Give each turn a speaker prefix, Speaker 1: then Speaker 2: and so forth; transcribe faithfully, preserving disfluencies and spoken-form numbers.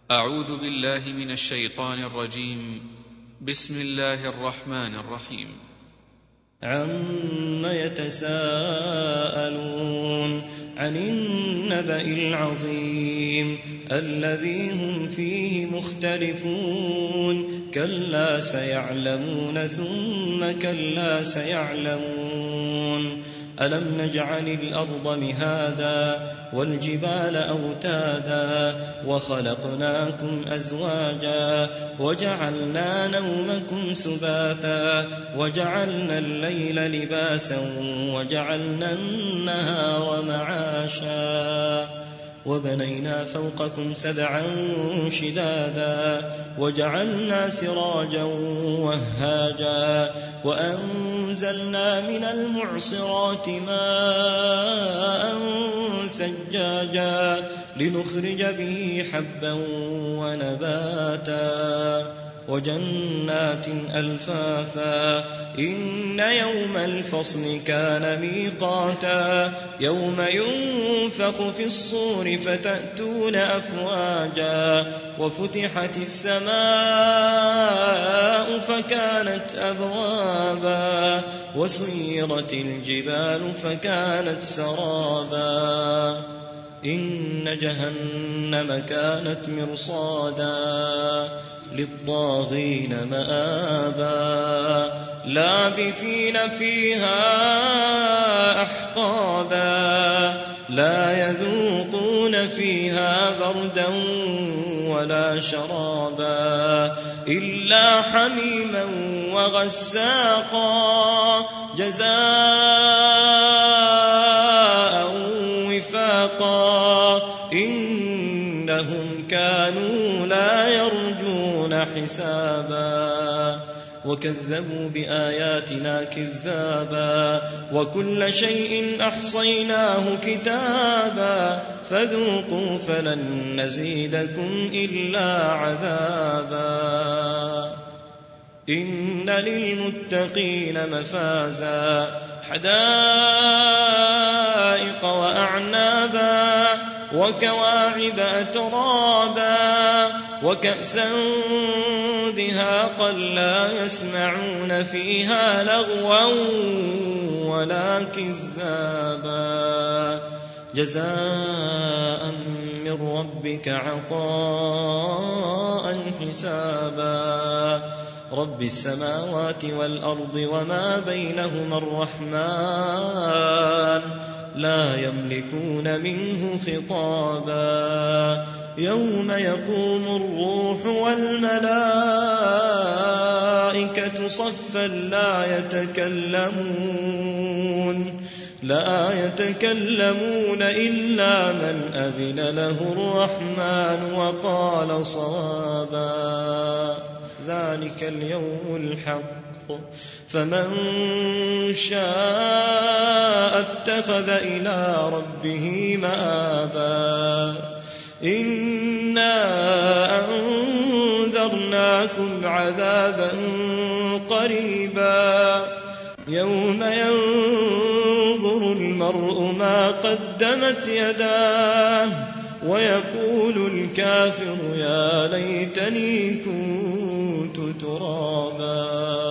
Speaker 1: أعوذ بالله من الشيطان الرجيم. بسم الله الرحمن الرحيم.
Speaker 2: عم يتساءلون عن النبأ العظيم الذي هم فيه مختلفون كلا سيعلمون ثم كلا سيعلمون ألم نجعل الأرض مهادا والجبال أوتادا وخلقناكم أزواجا وجعلنا نومكم سباتا وجعلنا الليل لباسا وجعلنا النهار معاشا وبنينا فوقكم سبعا شدادا وجعلنا سراجا وهاجا وأنزلنا من المعصرات ماء ثجاجا لنخرج به حبا ونباتا وجنات ألفافا إن يوم الفصل كان ميقاتا يوم ينفخ في الصور فتأتون أفواجا وفتحت السماء فكانت أبوابا وسيرت الجبال فكانت سرابا إن جهنم كانت مرصادا للطاغين مآبا لابثين فيها أحقابا لا يذوقون فيها بردا ولا شرابا إلا حميما وغساقا جزاء وفاقا إنهم كانوا لا يرجون حسابا وكذبوا بآياتنا كذابا وكل شيء أحصيناه كتابا فذوقوا فلن نزيدكم إلا عذابا إن للمتقين مفازا حدائق وأعنابا وكواعب أترابا وكأسا دهاقا لا يسمعون فيها لغوا ولا كذابا جزاء من ربك عطاء حسابا رب السماوات والأرض وما بينهما الرحمن لا يملكون منه خطابا يوم يقوم الروح والملائكة صفا لا يتكلمون لا يتكلمون إلا من أذن له الرحمن وقال صوابا ذلك اليوم الحق فمن شاء اتخذ إلى ربه مآبا إنا أنذرناكم عذابا قريبا يوم ينظر المرء ما قدمت يداه ويقول الكافر يا ليتني كنت ترابا.